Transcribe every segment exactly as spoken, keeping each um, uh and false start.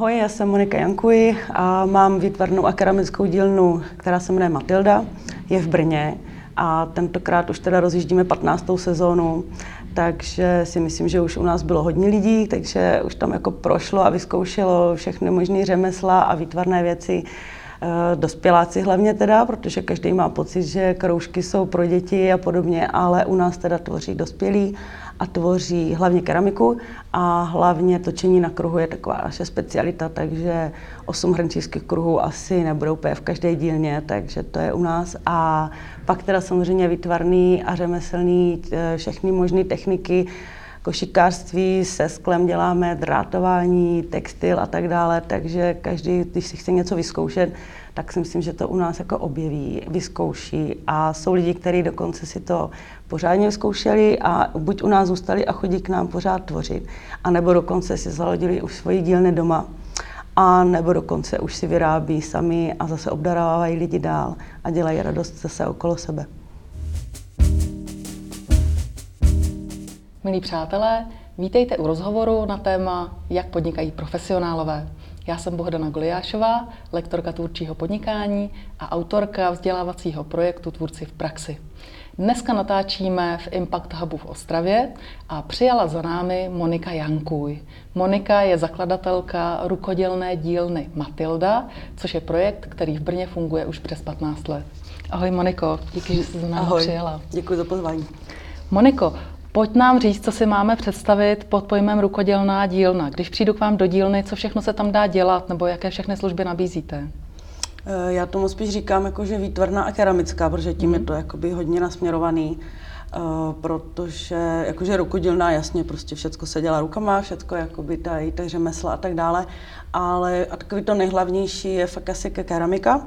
Ahoj, já jsem Monika Jankuj a mám výtvarnou a keramickou dílnu, která se jmenuje Matilda, je v Brně a tentokrát už teda rozjíždíme patnáctou sezónu, takže si myslím, že už u nás bylo hodně lidí, takže už tam jako prošlo a vyzkoušelo všechny možné řemesla a výtvarné věci. Dospěláci hlavně teda, protože každý má pocit, že kroužky jsou pro děti a podobně, ale u nás teda tvoří dospělí a tvoří hlavně keramiku a hlavně točení na kruhu je taková naše specialita, takže osm hrnčířských kruhů asi nebudou úplně v každé dílně, takže to je u nás. A pak teda samozřejmě výtvarný a řemeslný, všechny možné techniky, košíkářství, se sklem děláme, drátování, textil a tak dále, takže každý, když si chce něco vyzkoušet, tak si myslím, že to u nás jako objeví, vyzkouší a jsou lidi, kteří dokonce si to pořádně vyzkoušeli a buď u nás zůstali a chodí k nám pořád tvořit, anebo dokonce si založili už svoji dílny doma, a nebo dokonce už si vyrábí sami a zase obdarovávají lidi dál a dělají radost zase okolo sebe. Milí přátelé, vítejte u rozhovoru na téma, jak podnikají profesionálové. Já jsem Bohdana Goliášová, lektorka tvůrčího podnikání a autorka vzdělávacího projektu Tvůrci v praxi. Dneska natáčíme v Impact Hubu v Ostravě a přijala za námi Monika Jankuj. Monika je zakladatelka rukodělné dílny Matilda, což je projekt, který v Brně funguje už přes patnáct let. Ahoj Moniko, díky, že jsi za námi přijela. Děkuji za pozvání. Moniko, pojď nám říct, co si máme představit pod pojmem rukodělná dílna. Když přijdu k vám do dílny, co všechno se tam dá dělat, nebo jaké všechny služby nabízíte? Já tomu spíš říkám jako, že výtvarná a keramická, protože tím mm. je to jakoby hodně nasměrovaný, uh, protože jakože rukodělná, jasně, prostě všecko se dělá rukama, všecko jakoby tady, tady řemesla a tak dále, ale a takový to nejhlavnější je fakt asi keramika.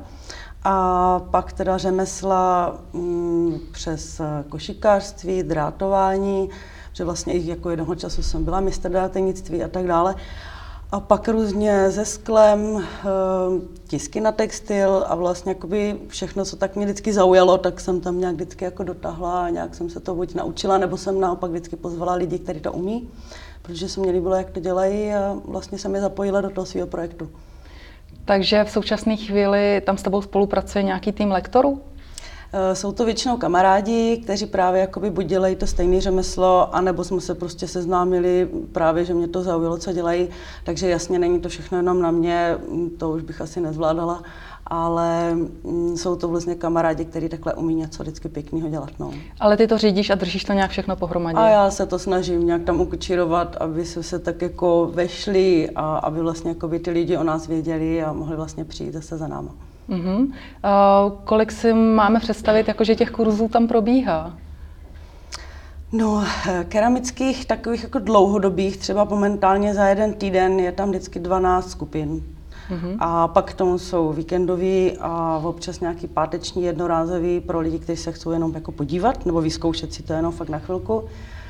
A pak teda řemesla mm, přes košíkářství, drátování, že vlastně i jako jednoho času jsem byla mistr drátenictví a tak dále. A pak různě se sklem, tisky na textil a vlastně jakoby všechno, co tak mě vždycky zaujalo, tak jsem tam nějak vždycky jako dotáhla a nějak jsem se to buď naučila, nebo jsem naopak vždycky pozvala lidi, kteří to umí, protože se mě líbilo, jak to dělají a vlastně jsem je zapojila do toho svého projektu. Takže v současné chvíli tam s tebou spolupracuje nějaký tým lektorů? Jsou to většinou kamarádi, kteří právě jakoby buď dělají to stejné řemeslo, anebo jsme se prostě seznámili právě, že mě to zaujalo, co dělají. Takže jasně, není to všechno jenom na mě, to už bych asi nezvládala, ale jsou to vlastně kamarádi, kteří takhle umí něco vždycky pěkného dělat. No. Ale ty to řídíš a držíš to nějak všechno pohromadě? A já se to snažím nějak tam ukočírovat, aby se, se tak jako vešli a aby vlastně jakoby ty lidi o nás věděli a mohli vlastně přijít zase za náma. Uh-huh. Uh, kolik si máme představit, jakože těch kurzů tam probíhá? No, keramických, takových jako dlouhodobých, třeba momentálně za jeden týden je tam vždycky dvanáct skupin. Uh-huh. A pak k tomu jsou víkendový a občas nějaký páteční jednorázový pro lidi, kteří se chcou jenom jako podívat nebo vyzkoušet si to jenom fakt na chvilku.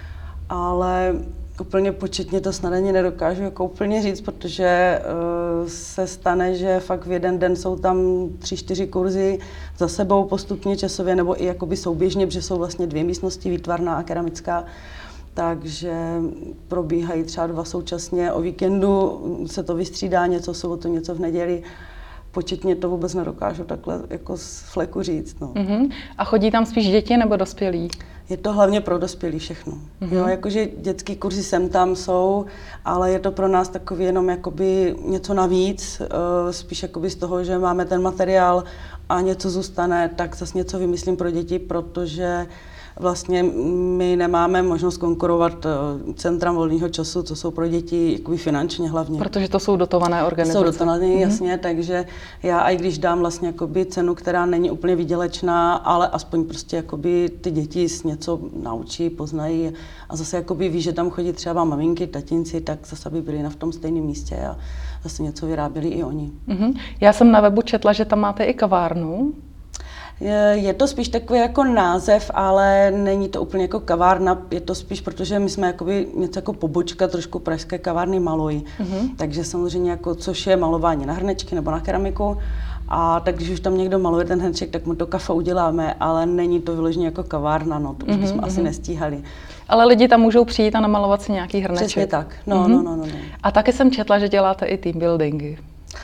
Ale úplně početně to snad ani nedokážu jako úplně říct, protože uh, se stane, že fakt v jeden den jsou tam tři, čtyři kurzy za sebou postupně časově, nebo i jakoby souběžně, protože jsou vlastně dvě místnosti, výtvarná a keramická. Takže probíhají třeba dva současně, o víkendu se to vystřídá, něco v sobotu, něco v neděli. Početně to vůbec nedokážu takhle jako z fleku říct. No. Uh-huh. A chodí tam spíš děti nebo dospělí? Je to hlavně pro dospělí všechno. Uh-huh. Jo, jakože dětský kurzy sem tam jsou, ale je to pro nás takový jenom jakoby něco navíc, spíš jakoby z toho, že máme ten materiál a něco zůstane, tak zase něco vymyslím pro děti, protože vlastně my nemáme možnost konkurovat centram volného času, co jsou pro děti jakoby finančně hlavně. Protože to jsou dotované organizace. Jsou dotované, mm-hmm. jasně, takže já i když dám vlastně jakoby cenu, která není úplně výdělečná, ale aspoň prostě jakoby ty děti něco naučí, poznají a zase jakoby ví, že tam chodí třeba maminky, tatínci, tak zase by byli na v tom stejném místě a zase něco vyráběli i oni. Mm-hmm. Já jsem na webu četla, že tam máte i kavárnu. Je to spíš takový jako název, ale není to úplně jako kavárna, je to spíš, protože my jsme jakoby něco jako pobočka trošku pražské kavárny Maloj. Mm-hmm. Takže samozřejmě jako, což je malování na hrnečky nebo na keramiku. A tak když už tam někdo maluje ten hrnček, tak mu to kafe uděláme, ale není to vyloženě jako kavárna, no, to už bychom mm-hmm. asi nestíhali. Ale lidi tam můžou přijít a namalovat si nějaký hrneček. Přesně tak, no, mm-hmm. no, no, no, no. A taky jsem četla, že děláte i team buildingy.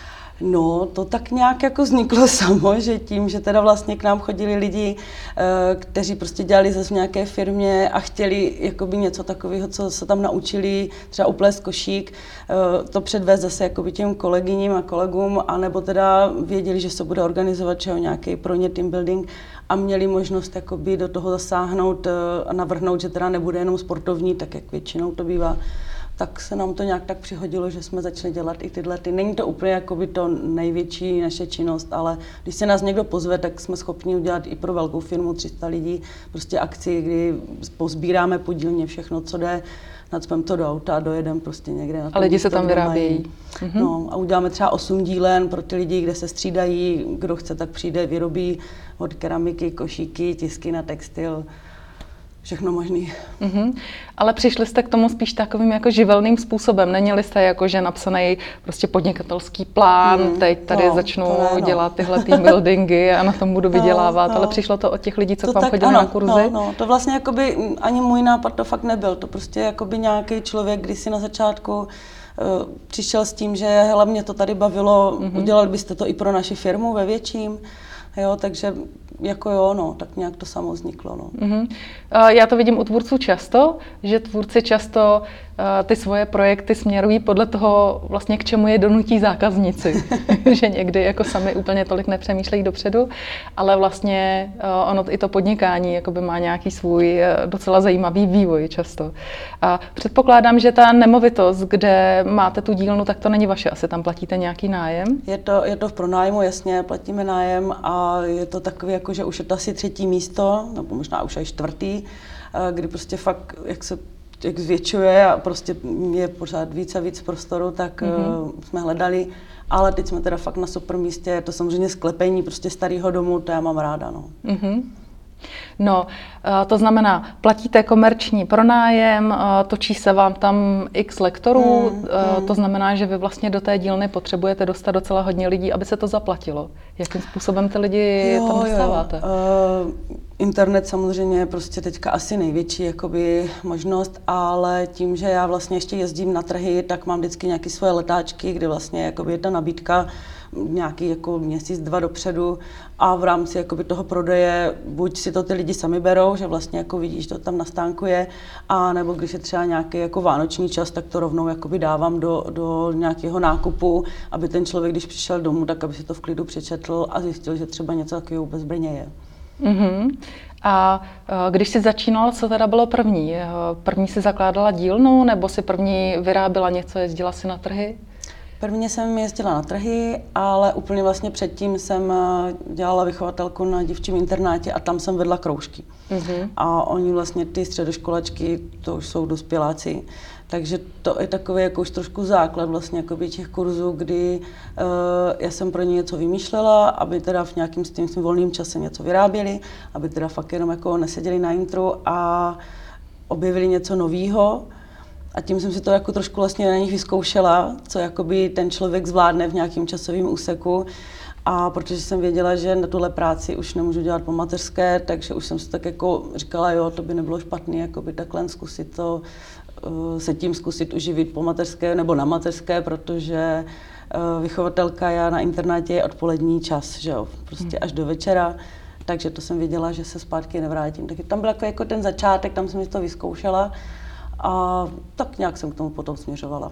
No, to tak nějak jako vzniklo samo, že tím, že teda vlastně k nám chodili lidi, kteří prostě dělali zase v nějaké firmě a chtěli jakoby něco takového, co se tam naučili, třeba uplést košík, to předvést zase jakoby těm kolegyním a kolegům, anebo teda věděli, že se bude organizovat čeho nějaký pro ně team building a měli možnost jakoby do toho zasáhnout a navrhnout, že teda nebude jenom sportovní, tak jak většinou to bývá. Tak se nám to nějak tak přihodilo, že jsme začali dělat i tyhle. Ty. Není to úplně jakoby to největší naše činnost, ale když se nás někdo pozve, tak jsme schopni udělat i pro velkou firmu tři sta lidí, prostě akci, kdy pozbíráme podílně všechno, co jde, nacpem to do auta a dojedeme prostě někde. Na a lidi se tam vyrábějí. Mhm. No, a uděláme třeba osm dílen pro ty lidi, kde se střídají, kdo chce, tak přijde, vyrobí od keramiky, košíky, tisky na textil. Všechno možný. Mm-hmm. Ale přišli jste k tomu spíš takovým jako živelným způsobem. Neměli jste jako, že napsaný prostě podnikatelský plán, mm, teď tady no, začnu ne, no. dělat tyhle team buildingy a na tom budu vydělávat, no, no. ale přišlo to od těch lidí, co to k vám tak, chodili ano, na kurzy? No, no, to vlastně jakoby ani můj nápad to fakt nebyl. To prostě jakoby nějaký člověk, když si na začátku uh, přišel s tím, že hele, mě to tady bavilo, mm-hmm. udělali byste to i pro naši firmu ve větším. Jo, takže jako jo, no, tak nějak to samo vzniklo, no. Mm-hmm. Já to vidím u tvůrců často, že tvůrci často uh, ty svoje projekty směrují podle toho, vlastně k čemu je donutí zákazníci. Že někdy jako sami úplně tolik nepřemýšlejí dopředu, ale vlastně uh, ono i to podnikání jakoby má nějaký svůj uh, docela zajímavý vývoj často. A předpokládám, že ta nemovitost, kde máte tu dílnu, tak to není vaše, asi tam platíte nějaký nájem? Je to, je to v pronájmu, jasně, platíme nájem a je to takový, jako, že už je to asi třetí místo, nebo možná už i čtvrtý, kdy prostě fakt, jak se jak zvětšuje a prostě je pořád víc a víc prostoru, tak mm-hmm. jsme hledali, ale teď jsme teda fakt na super místě, je to samozřejmě sklepení prostě starého domu, to já mám ráda, no. Mm-hmm. No, to znamená, platíte komerční pronájem, točí se vám tam x lektorů, hmm, hmm. to znamená, že vy vlastně do té dílny potřebujete dostat docela hodně lidí, aby se to zaplatilo. Jakým způsobem ty lidi jo, tam dostáváte? Uh, internet samozřejmě je prostě teďka asi největší jakoby, možnost, ale tím, že já vlastně ještě jezdím na trhy, tak mám vždycky nějaké svoje letáčky, kde vlastně jakoby, je ta nabídka nějaký jako měsíc, dva dopředu a v rámci jakoby, toho prodeje buď si to ty lidi sami berou, že vlastně jako vidíš, to tam na stánku je, a nebo když je třeba nějaký jako vánoční čas, tak to rovnou jakoby dávám do, do nějakého nákupu, aby ten člověk, když přišel domů, tak aby si to v klidu přečetl a zjistil, že třeba něco takového vůbec v Brně je. Mm-hmm. A když jsi začínal, co teda bylo první? První si zakládala dílnu, nebo si první vyráběla něco, jezdila si na trhy? Prvně jsem jezdila na trhy, ale úplně vlastně předtím jsem dělala vychovatelku na děvčím internátě a tam jsem vedla kroužky. Mm-hmm. A oni vlastně ty středoškolačky, to už jsou dospěláci, takže to je takový jako už trošku základ vlastně jakoby těch kurzů, kdy uh, já jsem pro ně něco vymýšlela, aby teda v nějakým s tím svým volným čase něco vyráběli, aby teda fakt jenom jako neseděli na intru a objevili něco novýho. A tím jsem si to jako trošku vlastně na nich vyzkoušela, co jakoby ten člověk zvládne v nějakém časovém úseku. A protože jsem věděla, že na tuhle práci už nemůžu dělat po mateřské, takže už jsem si tak jako říkala, jo, to by nebylo špatné, jakoby takhle zkusit to, se tím zkusit uživit po mateřské nebo na mateřské, protože vychovatelka já na internátě je odpolední čas, že jo, prostě až do večera. Takže to jsem věděla, že se zpátky nevrátím. Tak tam byl jako, jako ten začátek, tam jsem si to vyzkoušela. A tak nějak jsem k tomu potom směřovala.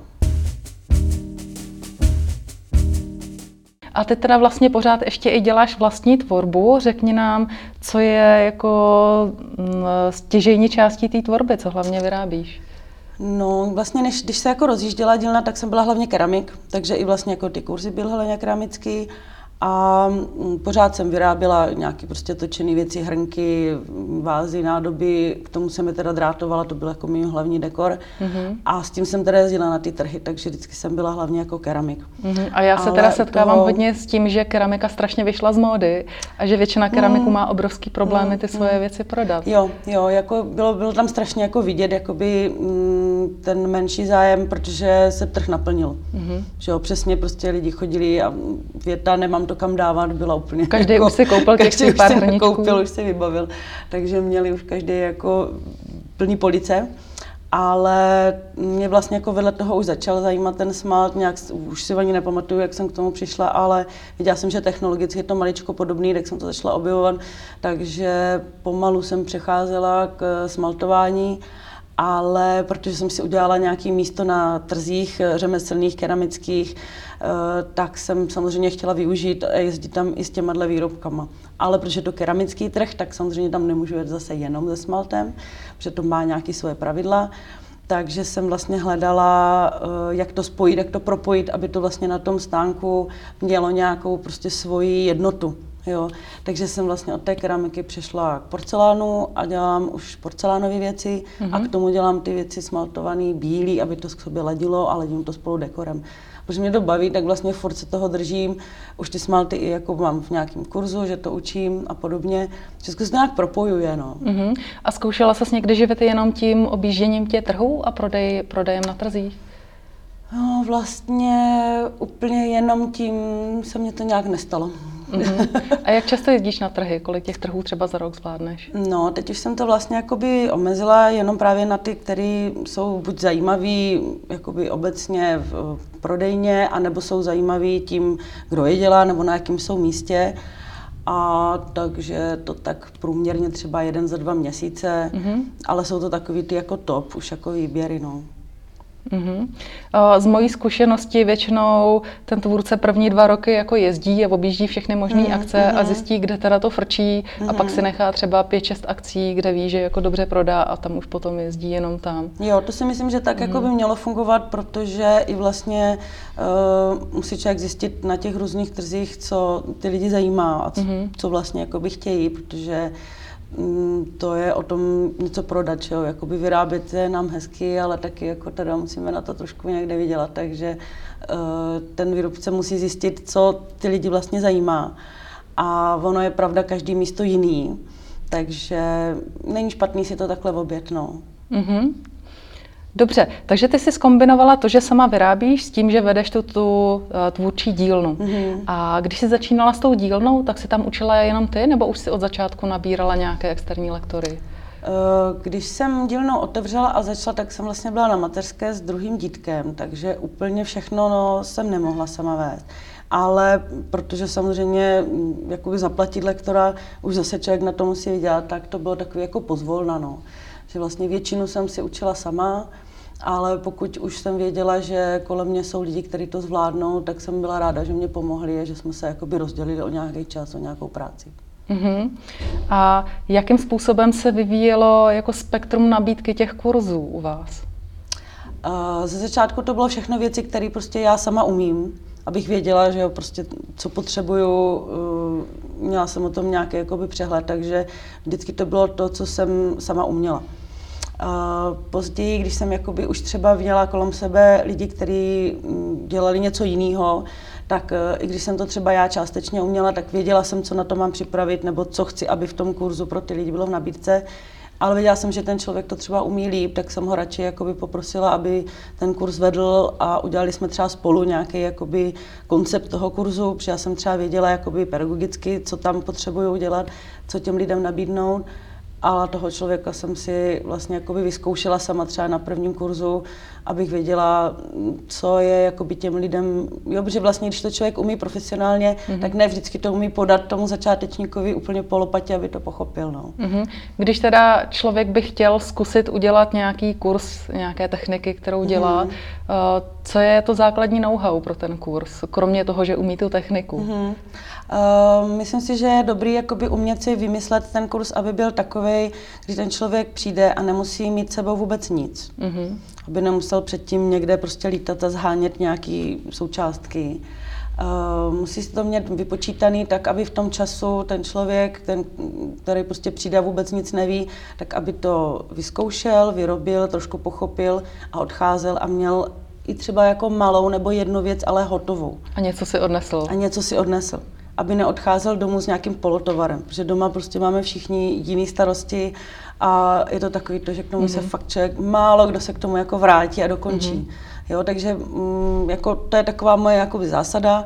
A ty teda vlastně pořád ještě i děláš vlastní tvorbu. Řekni nám, co je jako stěžejní částí té tvorby, co hlavně vyrábíš? No vlastně, než, když se jako rozjížděla dílna, tak jsem byla hlavně keramik, takže i vlastně jako ty kurzy byly hlavně keramický. A pořád jsem vyráběla nějaké prostě točené věci, hrnky, vázy, nádoby, k tomu jsem je teda drátovala, to byl jako můj hlavní dekor. Mm-hmm. A s tím jsem teda jezdila na ty trhy, takže vždycky jsem byla hlavně jako keramik. Mm-hmm. A já se Ale teda setkávám toho... hodně s tím, že keramika strašně vyšla z módy a že většina keramiků mm. má obrovský problémy ty svoje mm. věci prodat. Jo, jo, jako bylo, bylo tam strašně jako vidět jakoby, mm, ten menší zájem, protože se trh naplnil. Mm-hmm. Že jo, přesně prostě lidi chodili a věta, nemám to to kam dávat, byla úplně... Každý jako, už si koupil těch svých pár hrníčků. koupil, už si vybavil, takže měli už každý jako plný police. Ale mě vlastně jako vedle toho už začal zajímat ten smalt, nějak, už si ani nepamatuju, jak jsem k tomu přišla, ale viděla jsem, že technologicky je to maličko podobný, tak jsem to začala objevovat, takže pomalu jsem přecházela k smaltování, ale protože jsem si udělala nějaké místo na trzích řemeslných, keramických, tak jsem samozřejmě chtěla využít a jezdit tam i s těma výrobkama. Ale protože to keramický trh, tak samozřejmě tam nemůžu jet zase jenom se smaltem, protože to má nějaké svoje pravidla. Takže jsem vlastně hledala, jak to spojit, jak to propojit, aby to vlastně na tom stánku mělo nějakou prostě svoji jednotu. Jo. Takže jsem vlastně od té keramiky přešla k porcelánu a dělám už porcelánové věci mm-hmm. a k tomu dělám ty věci smaltované, bílé, aby to k sobě ladilo a ladím to spolu dekorem. Protože mě to baví, tak vlastně furt se toho držím. Už ty smalty i jako mám v nějakém kurzu, že to učím a podobně. Všechno se nějak propojuje, no. Mm-hmm. A zkoušela ses někdy živit jenom tím objížděním těch trhů a prodej, prodejem na trzích? No vlastně úplně jenom tím se mě to nějak nestalo. Mm-hmm. A jak často jezdíš na trhy? Kolik těch trhů třeba za rok zvládneš? No, teď už jsem to vlastně jakoby omezila jenom právě na ty, které jsou buď zajímavý jakoby obecně v prodejně, anebo jsou zajímavý tím, kdo je dělá, nebo na jakém jsou místě. A takže to tak průměrně třeba jeden za dva měsíce, mm-hmm. ale jsou to takový ty jako top, už jako výběry, no. Mm-hmm. Z mojí zkušenosti většinou ten tvůrce první dva roky jako jezdí a objíždí všechny možné mm-hmm. akce a zjistí, kde teda to frčí mm-hmm. a pak si nechá třeba pět, šest akcí, kde ví, že jako dobře prodá a tam už potom jezdí jenom tam. Jo, to si myslím, že tak mm-hmm. jako by mělo fungovat, protože i vlastně uh, musí člověk zjistit na těch různých trzích, co ty lidi zajímá a co, mm-hmm. co vlastně jako by chtějí, protože to je o tom něco prodat, že jo, jakoby vyrábět je nám hezky, ale taky jako teda musíme na to trošku někde vydělat, takže uh, ten výrobce musí zjistit, co ty lidi vlastně zajímá. A ono je pravda, každý místo jiný, takže není špatný si to takhle objet, no. Mm-hmm. Dobře, takže ty jsi zkombinovala to, že sama vyrábíš, s tím, že vedeš tu, tu uh, tvůrčí dílnu. Mm-hmm. A když jsi začínala s tou dílnou, tak jsi tam učila jenom ty, nebo už jsi od začátku nabírala nějaké externí lektory? Když jsem dílnu otevřela a začala, tak jsem vlastně byla na mateřské s druhým dítkem, takže úplně všechno no, jsem nemohla sama vést. Ale protože samozřejmě jakoby zaplatit lektora, už zase člověk na to musí vydělat, tak to bylo takový jako pozvolna, no. Že vlastně většinu jsem si učila sama, ale pokud už jsem věděla, že kolem mě jsou lidi, kteří to zvládnou, tak jsem byla ráda, že mě pomohli a že jsme se jakoby rozdělili o nějaký čas, o nějakou práci. Uh-huh. A jakým způsobem se vyvíjelo jako spektrum nabídky těch kurzů u vás? Uh, ze začátku to bylo všechno věci, které prostě já sama umím, abych věděla, že jo, prostě co potřebuju, uh, měla jsem o tom nějaký jakoby přehled, takže vždycky to bylo to, co jsem sama uměla. Uh, později, když jsem jakoby už třeba viděla kolem sebe lidi, kteří dělali něco jiného, tak uh, i když jsem to třeba já částečně uměla, tak věděla jsem, co na to mám připravit, nebo co chci, aby v tom kurzu pro ty lidi bylo v nabídce. Ale věděla jsem, že ten člověk to třeba umí líp, tak jsem ho radši jakoby poprosila, aby ten kurz vedl a udělali jsme třeba spolu nějaký jakoby koncept toho kurzu, protože já jsem třeba věděla jakoby pedagogicky, co tam potřebuju udělat, co těm lidem nabídnout. Ale toho člověka jsem si vlastně jakoby vyzkoušela sama třeba na prvním kurzu, abych věděla, co je jakoby těm lidem, jo, protože vlastně, když to člověk umí profesionálně, mm-hmm. tak ne vždycky to umí podat tomu začátečníkovi úplně po lopatě, aby to pochopil, no. Mm-hmm. Když teda člověk by chtěl zkusit udělat nějaký kurz, nějaké techniky, kterou dělá, mm-hmm. co je to základní know-how pro ten kurz, kromě toho, že umí tu techniku? Mm-hmm. Uh, myslím si, že je dobrý jakoby umět si vymyslet ten kurz, aby byl takovej, když ten člověk přijde a nemusí mít s sebou vůbec nic. Mm-hmm. Aby nemusel předtím někde prostě lítat a zhánět nějaký součástky. Uh, musí si to mít vypočítaný tak, aby v tom času ten člověk, ten, který prostě přijde a vůbec nic neví, tak aby to vyzkoušel, vyrobil, trošku pochopil a odcházel a měl i třeba jako malou nebo jednu věc, ale hotovou. A něco si odnesl. A něco si odnesl. Aby neodcházel domů s nějakým polotovarem, protože doma prostě máme všichni jiné starosti a je to takový to, že k tomu mm-hmm. se fakt člověk, málo kdo se k tomu jako vrátí a dokončí. Mm-hmm. Jo, takže mm, jako to je taková moje jakoby zásada,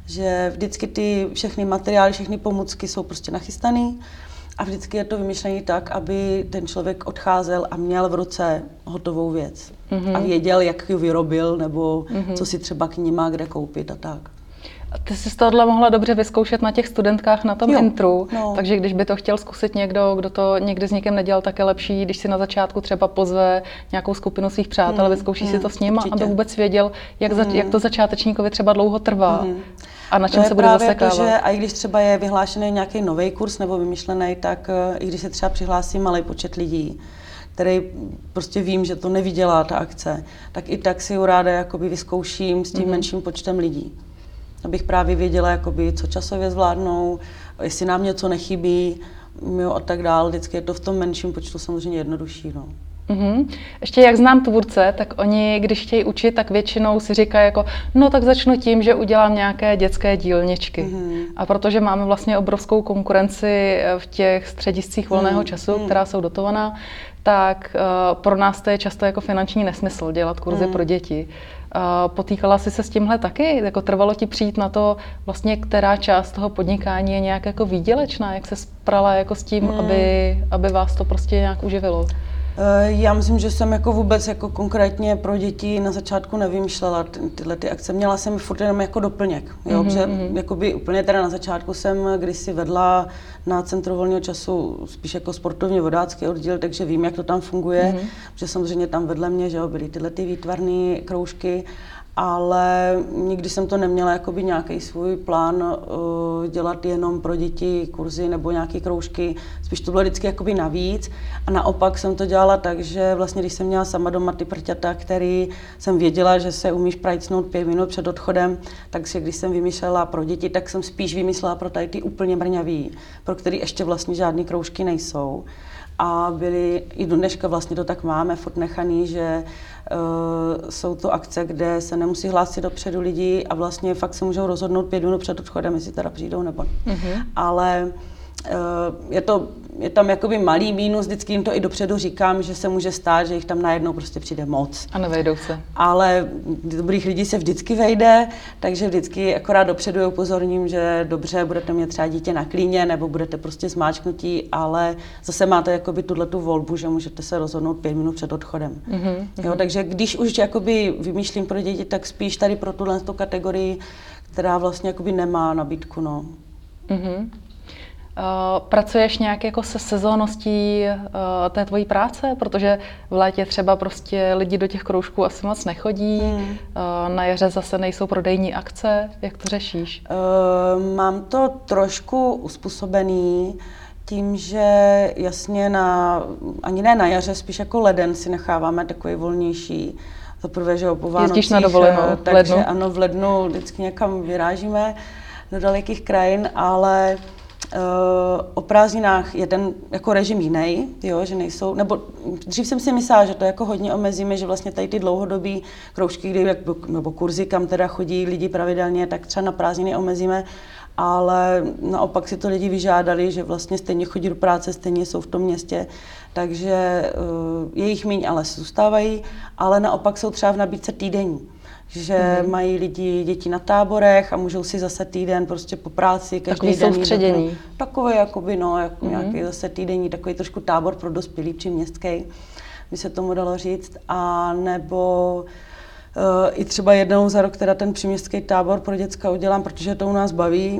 že vždycky ty všechny materiály, všechny pomůcky jsou prostě nachystaný a vždycky je to vymyšlené tak, aby ten člověk odcházel a měl v ruce hotovou věc. Mm-hmm. A věděl, jak ji vyrobil, nebo mm-hmm. co si třeba k ní má kde koupit a tak. Ty jsi z tohohle mohla dobře vyzkoušet na těch studentkách na tom jo, intru, no. takže když by to chtěl zkusit někdo, kdo to někdy s někým nedělal, tak je lepší, když si na začátku třeba pozve nějakou skupinu svých přátel, hmm, vyzkouší hmm, si to s nima, určitě. Aby vůbec věděl, jak, za, jak to začátečníkovi třeba dlouho trvá hmm. a na čem se bude zasekávat. To je právě to, že i když třeba je vyhlášený nějaký nový kurz nebo vymyšlený, tak i když se třeba přihlásí malý počet lidí, který prostě vím, že to nevydělá ta akce, tak i tak si ji ráda jakoby vyzkouším s tím hmm. menším počtem lidí. Abych právě věděla, jakoby, co časově zvládnou, jestli nám něco nechybí, jo, a tak dál. Vždycky je to v tom menším počtu samozřejmě jednodušší. No. Mm-hmm. Ještě jak znám tvůrce, tak oni, když chtějí učit, tak většinou si říkají jako, no tak začnu tím, že udělám nějaké dětské dílničky. Mm-hmm. A protože máme vlastně obrovskou konkurenci v těch střediscích volného mm-hmm. času, která jsou dotovaná, tak uh, pro nás to je často jako finanční nesmysl dělat kurzy mm-hmm. pro děti. Uh, potýkala jsi se s tímhle taky? Jako trvalo ti přijít na to, vlastně, která část toho podnikání je nějak jako výdělečná? Jak se sprala jako s tím, mm. aby, aby vás to prostě nějak uživilo? Já myslím, že jsem jako vůbec jako konkrétně pro děti na začátku nevymýšlela ty, tyhle ty akce. Měla jsem furt jenom jako doplněk, jo, mm-hmm. že jakoby úplně teda na začátku jsem kdysi vedla na Centru volného času spíš jako sportovně vodácký oddíl, takže vím, jak to tam funguje, mm-hmm. že samozřejmě tam vedle mě, že jo, byly tyhle ty výtvarné kroužky, ale nikdy jsem to neměla jakoby nějaký svůj plán uh, dělat jenom pro děti kurzy nebo nějaké kroužky. Spíš to bylo vždycky jakoby navíc. A naopak jsem to dělala tak, že vlastně když jsem měla sama doma ty prťata, který jsem věděla, že se umíš prajcnout pět minut před odchodem, tak si když jsem vymýšlela pro děti, tak jsem spíš vymyslela pro tady ty úplně mrňavý, pro který ještě vlastně žádný kroužky nejsou. A byly, i do dneška vlastně to tak máme, furt nechaný, že uh, jsou to akce, kde se nemusí hlásit dopředu lidi a vlastně fakt se můžou rozhodnout pět minut před odchodem, jestli teda přijdou nebo ne. Mm-hmm. Ale uh, je, to, je tam jakoby malý mínus, vždycky jim to i dopředu říkám, že se může stát, že jich tam najednou prostě přijde moc. A nevejdou se. Ale dobrých lidí se vždycky vejde, takže vždycky akorát dopředu upozorním, že dobře, budete mít třeba dítě na klíně nebo budete prostě zmáčknutí, ale zase máte jakoby tuhletu volbu, že můžete se rozhodnout pět minut před odchodem. Mm-hmm. Jo, takže když už jakoby vymýšlím pro děti, tak spíš tady pro tuhle kategorii, která vlastně jakoby nemá nabídku. No. Mm-hmm. Uh, pracuješ nějak jako se sezónností uh, té tvojí práce? Protože v létě třeba prostě lidi do těch kroužků asi moc nechodí, hmm. uh, na jaře zase nejsou prodejní akce. Jak to řešíš? Uh, mám to trošku uspůsobený tím, že jasně na, ani ne na jaře, spíš jako leden si necháváme takový volnější. Za prvé, že po Vánocích. Jezdíš na dovolenou v lednu? Takže ano, v lednu vždycky někam vyrážíme do dalekých krajin, ale Uh, o prázdninách je ten jako režim jiný, jo, že nejsou, nebo dřív jsem si myslela, že to jako hodně omezíme, že vlastně tady ty dlouhodobý kroužky, kdy, nebo kurzy, kam teda chodí lidi pravidelně, tak třeba na prázdniny omezíme, ale naopak si to lidi vyžádali, že vlastně stejně chodí do práce, stejně jsou v tom městě, takže uh, je jich míň, ale zůstávají, ale naopak jsou třeba v nabídce týdenní. Že mm-hmm. mají lidi děti na táborech a můžou si zase týden prostě po práci, každý den. Takový soustředění. Takové jakoby, no, jako mm-hmm. nějaký zase týdenní, takový trošku tábor pro dospělý, příměstský, by se tomu dalo říct. A nebo uh, i třeba jednou za rok teda ten příměstský tábor pro děcka udělám, protože to u nás baví,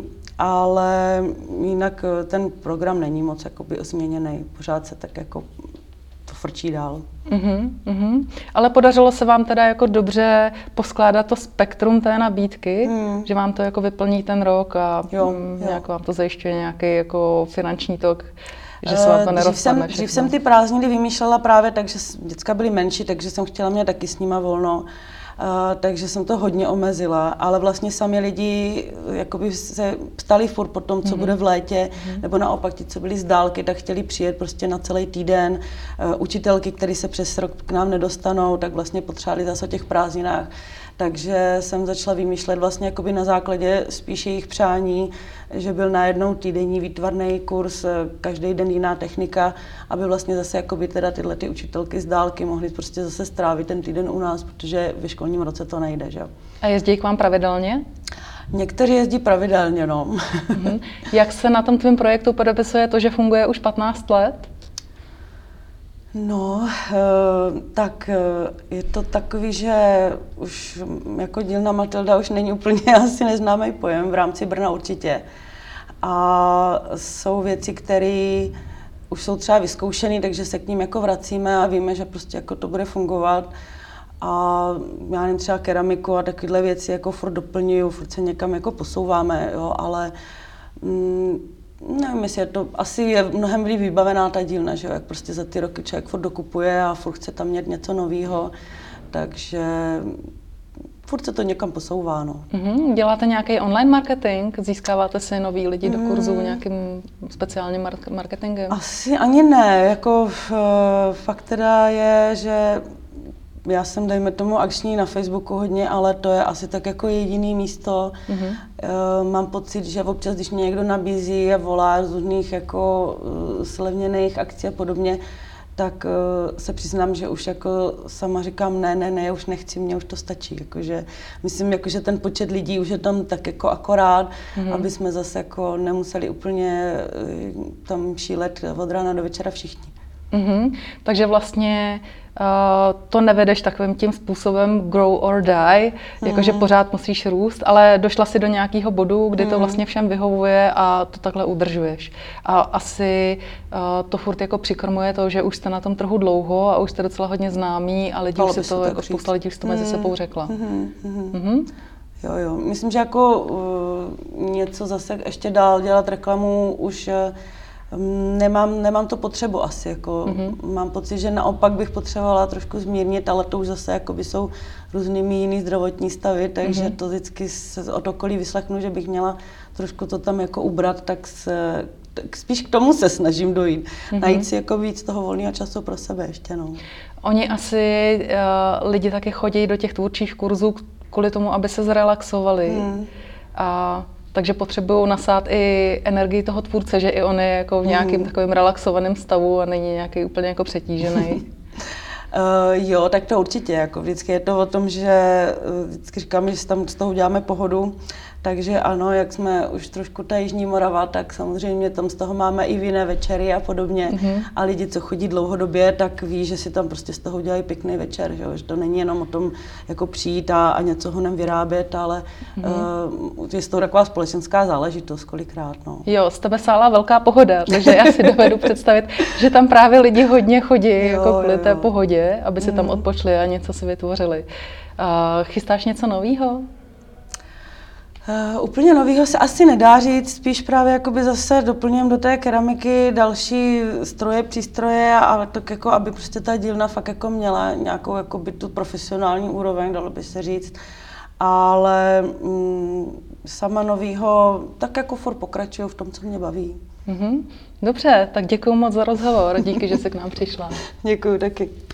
ale jinak ten program není moc jakoby změněný. Pořád se tak jako to frčí dál. Uhum, uhum. Ale podařilo se vám teda jako dobře poskládat to spektrum té nabídky, hmm. že vám to jako vyplní ten rok a jo, mm, jo. nějak vám to zajišťuje nějaký jako finanční tok, že se vám to nerozpadne všechno. Dřív jsem ty prázdniny vymýšlela právě tak, že děcka byly menší, takže jsem chtěla mít taky s nima volno. Uh, takže jsem to hodně omezila, ale vlastně sami lidi jakoby se ptali furt po tom, co mm-hmm. bude v létě, mm-hmm. nebo naopak ti, co byli z dálky, tak chtěli přijet prostě na celý týden. Uh, učitelky, které se přes rok k nám nedostanou, tak vlastně potřebovali zase o těch prázdninách. Takže jsem začala vymýšlet vlastně jakoby na základě spíš jejich přání, že byl najednou týdenní výtvarný kurz, každý den jiná technika, aby vlastně zase jakoby teda tyhle ty učitelky z dálky mohly prostě zase strávit ten týden u nás, protože ve školním roce to nejde, že jo. A jezdí k vám pravidelně? Někteří jezdí pravidelně, no. Mm-hmm. Jak se na tom tvém projektu podepisuje to, že funguje už patnáct let? No, tak je to takový, že už jako dílna Matilda už není úplně asi neznámý pojem, v rámci Brna určitě. A jsou věci, které už jsou třeba vyzkoušené, takže se k ním jako vracíme a víme, že prostě jako to bude fungovat. A já nevím, třeba keramiku a takovéhle věci jako furt doplňuju, furt se někam jako posouváme, jo, ale mm, nevím, jestli je to, asi je mnohem líp vybavená ta dílna, že jo, jak prostě za ty roky člověk furt dokupuje a furt chce tam mít něco nového, takže furt se to někam posouvá, no. Mm-hmm. Děláte nějaký online marketing? Získáváte si nový lidi do kurzu mm. nějakým speciálním marketingem? Asi ani ne, jako fakt teda je, že já jsem, dejme tomu, akční na Facebooku hodně, ale to je asi tak jako jediný místo. Mm-hmm. Uh, mám pocit, že občas, když mě někdo nabízí a volá z různých jako uh, slevněných akcí a podobně, tak uh, se přiznám, že už jako sama říkám ne, ne, ne, už nechci, mně už to stačí. Jakože, myslím, jako, že ten počet lidí už je tam tak jako akorát, mm-hmm. aby jsme zase jako nemuseli úplně uh, tam šílet od rána do večera všichni. Mm-hmm. Takže vlastně uh, to nevedeš takovým tím způsobem grow or die, mm-hmm. jakože pořád musíš růst, ale došla si do nějakého bodu, kdy mm-hmm. to vlastně všem vyhovuje a to takhle udržuješ. A asi uh, to furt jako přikrmuje to, že už jste na tom trhu dlouho a už jste docela hodně známí a lidi už si to, jako spousta lidí už si to mezi mm-hmm. sebou řekla. Mm-hmm. Mm-hmm. Jo, jo. Myslím, že jako uh, něco zase ještě dál dělat reklamu už uh, Nemám, nemám to potřebu asi, jako mm-hmm. mám pocit, že naopak bych potřebovala trošku zmírnit, ale to už zase jakoby jsou různými jiný zdravotní stavy, takže mm-hmm. to vždycky se od okolí vyslechnu, že bych měla trošku to tam jako ubrat, tak, se, tak spíš k tomu se snažím dojít. Mm-hmm. Najít si jako víc toho volného času pro sebe ještě, no. Oni asi, uh, lidi taky chodí do těch tvůrčích kurzů kvůli tomu, aby se zrelaxovali. Mm. A takže potřebují nasát i energii toho tvůrce, že i on je jako v nějakém mm. takovém relaxovaném stavu a není nějaký úplně jako přetížený. uh, jo, tak to určitě. Jako vždycky je to o tom, že vždycky říkáme, že si tam z toho uděláme pohodu. Takže ano, jak jsme už trošku ta Jižní Morava, tak samozřejmě tam z toho máme i vinné večery a podobně. Mm-hmm. A lidi, co chodí dlouhodobě, tak ví, že si tam prostě z toho udělají pěkný večer. Že, že to není jenom o tom jako přijít a, a něco honem vyrábět, ale mm-hmm. uh, je to taková společenská záležitost kolikrát. No. Jo, z tebe sála velká pohoda, takže já si dovedu představit, že tam právě lidi hodně chodí jo, jako kvůli jo, té jo. pohodě, aby si mm. tam odpočli a něco si vytvořili. Uh, chystáš něco novýho? Uh, úplně novýho se asi nedá říct, spíš právě jakoby zase doplňujeme do té keramiky další stroje, přístroje a tak jako, aby prostě ta dílna fakt jako měla nějakou jakoby tu profesionální úroveň, dalo by se říct. Ale mm, sama novýho tak jako furt pokračuju v tom, co mě baví. Mm-hmm. Dobře, tak děkuju moc za rozhovor, díky, že jsi k nám přišla. Děkuju taky.